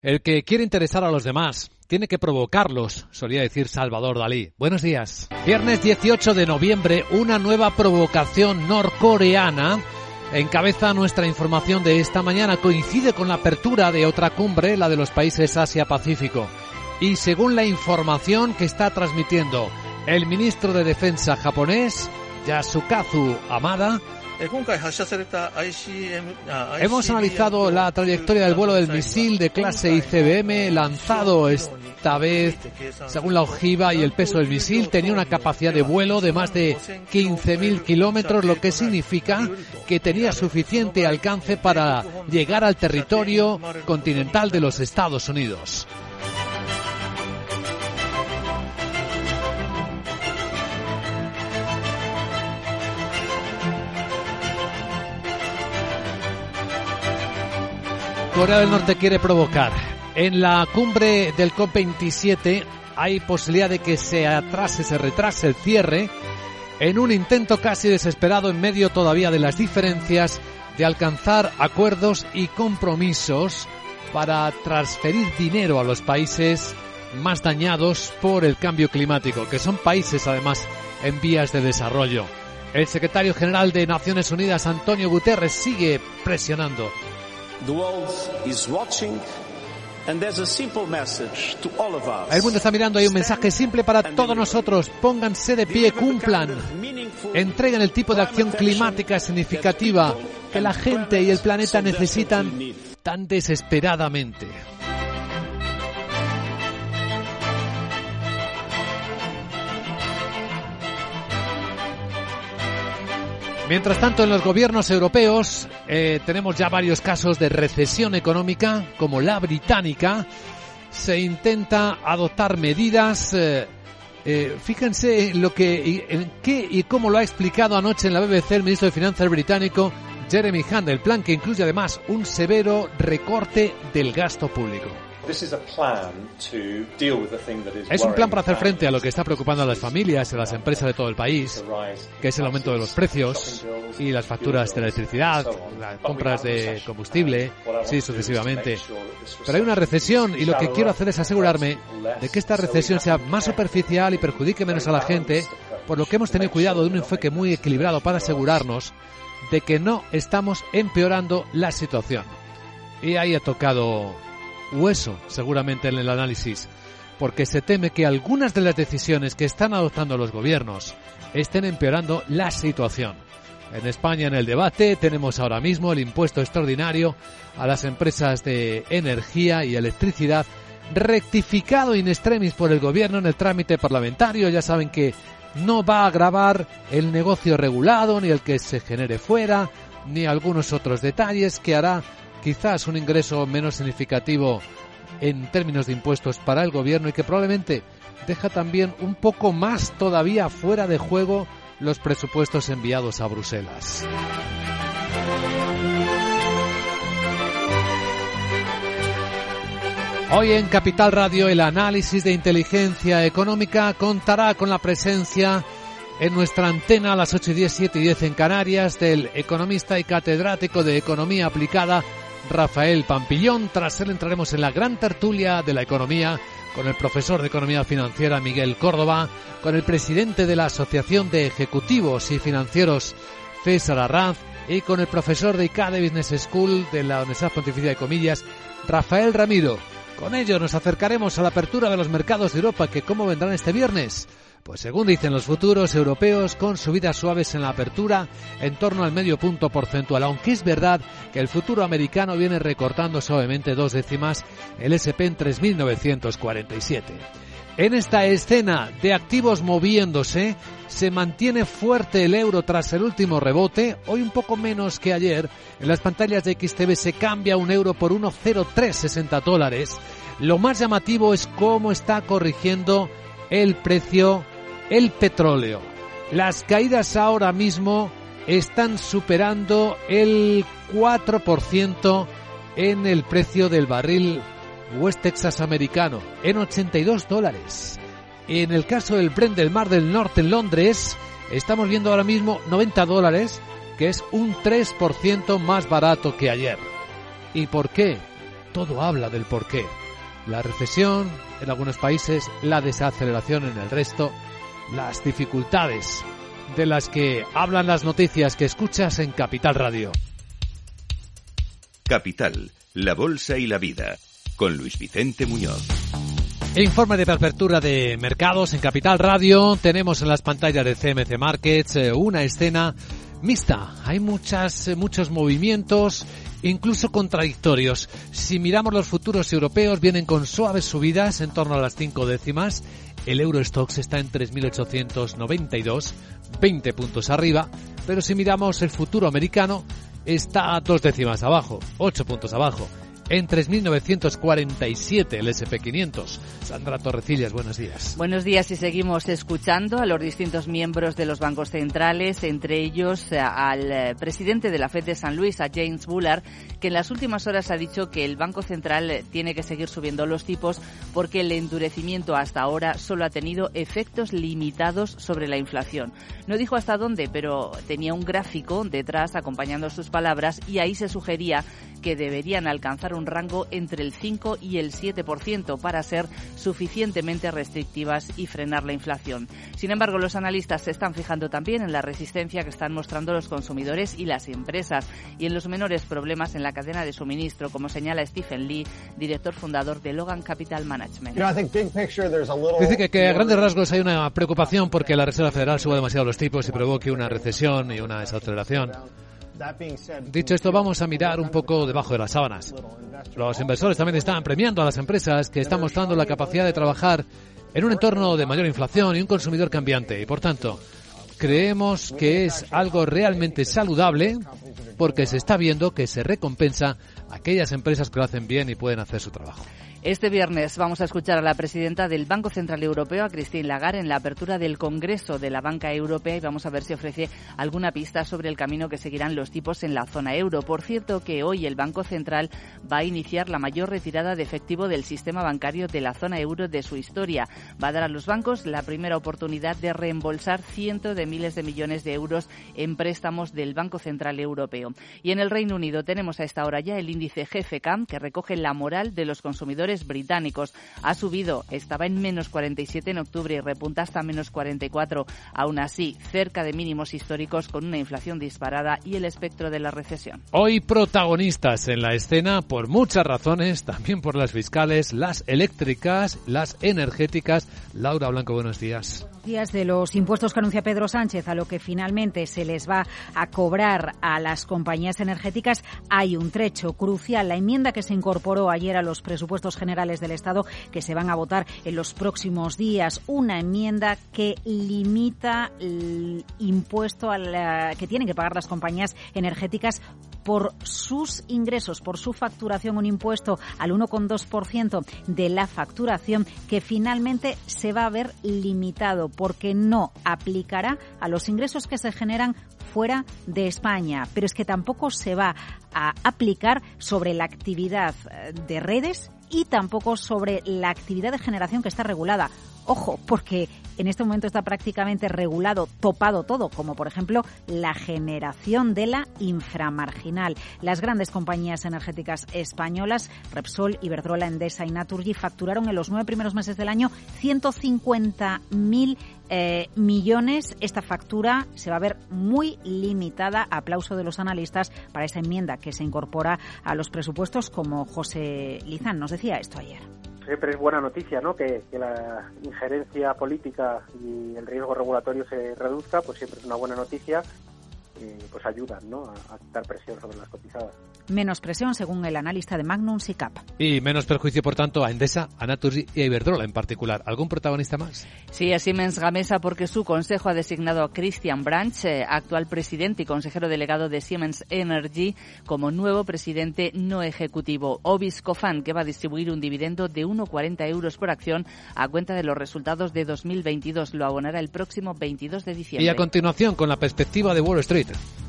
El que quiere interesar a los demás tiene que provocarlos, solía decir Salvador Dalí. Buenos días. Viernes 18 de noviembre, una nueva provocación norcoreana encabeza nuestra información de esta mañana. Coincide con la apertura de otra cumbre, la de los países Asia-Pacífico. Y según la información que está transmitiendo el ministro de Defensa japonés, Yasukazu Hamada, hemos analizado la trayectoria del vuelo del misil de clase ICBM lanzado esta vez. Según la ojiva y el peso del misil, tenía una capacidad de vuelo de más de 15.000 kilómetros, lo que significa que tenía suficiente alcance para llegar al territorio continental de los Estados Unidos. Corea del Norte quiere provocar. En la cumbre del COP27 hay posibilidad de que se retrase el cierre en un intento casi desesperado en medio todavía de las diferencias de alcanzar acuerdos y compromisos para transferir dinero a los países más dañados por el cambio climático, que son países además en vías de desarrollo. El secretario general de Naciones Unidas, Antonio Guterres, sigue presionando. El mundo está mirando, hay un mensaje simple para todos nosotros: pónganse de pie, cumplan, entreguen el tipo de acción climática significativa que la gente y el planeta necesitan tan desesperadamente. Mientras tanto, en los gobiernos europeos tenemos ya varios casos de recesión económica, como la británica. Se intenta adoptar medidas. Fíjense en qué y cómo lo ha explicado anoche en la BBC el ministro de Finanzas británico, Jeremy Hunt. El plan que incluye además un severo recorte del gasto público. Es un plan para hacer frente a lo que está preocupando a las familias y a las empresas de todo el país, que es el aumento de los precios y las facturas de electricidad, las compras de combustible, sí, sucesivamente. Pero hay una recesión y lo que quiero hacer es asegurarme de que esta recesión sea más superficial y perjudique menos a la gente, por lo que hemos tenido cuidado de un enfoque muy equilibrado para asegurarnos de que no estamos empeorando la situación. Y ahí ha tocado hueso, seguramente, en el análisis, porque se teme que algunas de las decisiones que están adoptando los gobiernos estén empeorando la situación. En España, en el debate, tenemos ahora mismo el impuesto extraordinario a las empresas de energía y electricidad, rectificado in extremis por el gobierno en el trámite parlamentario. Ya saben que no va a agravar el negocio regulado, ni el que se genere fuera, ni algunos otros detalles, que hará quizás un ingreso menos significativo en términos de impuestos para el gobierno, y que probablemente deja también un poco más todavía fuera de juego los presupuestos enviados a Bruselas. Hoy en Capital Radio el análisis de inteligencia económica contará con la presencia en nuestra antena a las 8:10, 7:10 en Canarias del economista y catedrático de Economía Aplicada Rafael Pampillón. Tras él entraremos en la gran tertulia de la economía con el profesor de Economía Financiera Miguel Córdoba, con el presidente de la Asociación de Ejecutivos y Financieros César Arranz y con el profesor de ICADE Business School de la Universidad Pontificia de Comillas, Rafael Ramiro. Con ello nos acercaremos a la apertura de los mercados de Europa, que ¿cómo vendrán este viernes? Pues según dicen los futuros europeos, con subidas suaves en la apertura en torno al 0,5 punto porcentual, aunque es verdad que el futuro americano viene recortando suavemente 2 décimas, el S&P en 3.947. En esta escena de activos moviéndose, se mantiene fuerte el euro tras el último rebote, hoy un poco menos que ayer. En las pantallas de XTV se cambia un euro por $1,0360. Lo más llamativo es cómo está corrigiendo el precio el petróleo. Las caídas ahora mismo están superando el 4% en el precio del barril West Texas americano, en $82. En el caso del Brent del Mar del Norte en Londres, estamos viendo ahora mismo $90, que es un 3% más barato que ayer. ¿Y por qué? todo habla del porqué. La recesión en algunos países, la desaceleración en el resto, las dificultades de las que hablan las noticias que escuchas en Capital Radio. Capital, la bolsa y la vida, con Luis Vicente Muñoz. Informe de apertura de mercados en Capital Radio. Tenemos en las pantallas de CMC Markets una escena mixta. Hay muchos movimientos, incluso contradictorios. Si miramos los futuros europeos, vienen con suaves subidas en torno a las 5 décimas. El Eurostoxx está en 3.892, 20 puntos arriba. Pero si miramos el futuro americano, está a 2 décimas abajo, 8 puntos abajo. En 3.947 el S&P 500. Sandra Torrecillas, buenos días. Buenos días, y seguimos escuchando a los distintos miembros de los bancos centrales, entre ellos al presidente de la FED de San Luis, a James Bullard, que en las últimas horas ha dicho que el Banco Central tiene que seguir subiendo los tipos porque el endurecimiento hasta ahora solo ha tenido efectos limitados sobre la inflación. No dijo hasta dónde, pero tenía un gráfico detrás acompañando sus palabras y ahí se sugería que deberían alcanzar un rango entre el 5 y el 7% para ser suficientemente restrictivas y frenar la inflación. Sin embargo, los analistas se están fijando también en la resistencia que están mostrando los consumidores y las empresas y en los menores problemas en la cadena de suministro, como señala Stephen Lee, director fundador de Logan Capital Management. Dice que a grandes rasgos hay una preocupación porque la Reserva Federal suba demasiado los tipos y provoque una recesión y una desaceleración. Dicho esto, vamos a mirar un poco debajo de las sábanas. Los inversores también están premiando a las empresas que están mostrando la capacidad de trabajar en un entorno de mayor inflación y un consumidor cambiante. Y por tanto, creemos que es algo realmente saludable porque se está viendo que se recompensa a aquellas empresas que lo hacen bien y pueden hacer su trabajo. Este viernes vamos a escuchar a la presidenta del Banco Central Europeo, a Christine Lagarde, en la apertura del Congreso de la Banca Europea y vamos a ver si ofrece alguna pista sobre el camino que seguirán los tipos en la zona euro. Por cierto, que hoy el Banco Central va a iniciar la mayor retirada de efectivo del sistema bancario de la zona euro de su historia. Va a dar a los bancos la primera oportunidad de reembolsar cientos de miles de millones de euros en préstamos del Banco Central Europeo. Y en el Reino Unido tenemos a esta hora ya el índice GFK, que recoge la moral de los consumidores británicos. Ha subido, estaba en menos 47 en octubre y repunta hasta menos 44. Aún así, cerca de mínimos históricos con una inflación disparada y el espectro de la recesión. Hoy protagonistas en la escena por muchas razones, también por las fiscales, las eléctricas, las energéticas. Laura Blanco, buenos días. Días de los impuestos que anuncia Pedro Sánchez, a lo que finalmente se les va a cobrar a las compañías energéticas, hay un trecho crucial. La enmienda que se incorporó ayer a los presupuestos generales del Estado, que se van a votar en los próximos días, una enmienda que limita el impuesto que tienen que pagar las compañías energéticas por sus ingresos, por su facturación, un impuesto al 1,2% de la facturación que finalmente se va a ver limitado porque no aplicará a los ingresos que se generan fuera de España, pero es que tampoco se va a aplicar sobre la actividad de redes y tampoco sobre la actividad de generación que está regulada. Ojo, porque en este momento está prácticamente regulado, topado todo, como por ejemplo la generación de la inframarginal. Las grandes compañías energéticas españolas, Repsol, Iberdrola, Endesa y Naturgy, facturaron en los 9 primeros meses del año 150.000 millones. Esta factura se va a ver muy limitada. Aplauso de los analistas para esta enmienda que se incorpora a los presupuestos, como José Lizán nos decía esto ayer. Siempre es buena noticia, ¿no? Que la injerencia política y el riesgo regulatorio se reduzca, pues siempre es una buena noticia. Pues ayudan, ¿no?, a quitar presión sobre las cotizadas. Menos presión, según el analista de Magnum SICAP. Y menos perjuicio, por tanto, a Endesa, a Naturgy y a Iberdrola en particular. ¿Algún protagonista más? Sí, a Siemens Gamesa, porque su consejo ha designado a Christian Branch, actual presidente y consejero delegado de Siemens Energy, como nuevo presidente no ejecutivo. Ovis Cofan, que va a distribuir un dividendo de 1,40 euros por acción a cuenta de los resultados de 2022. Lo abonará el próximo 22 de diciembre. Y a continuación, con la perspectiva de Wall Street.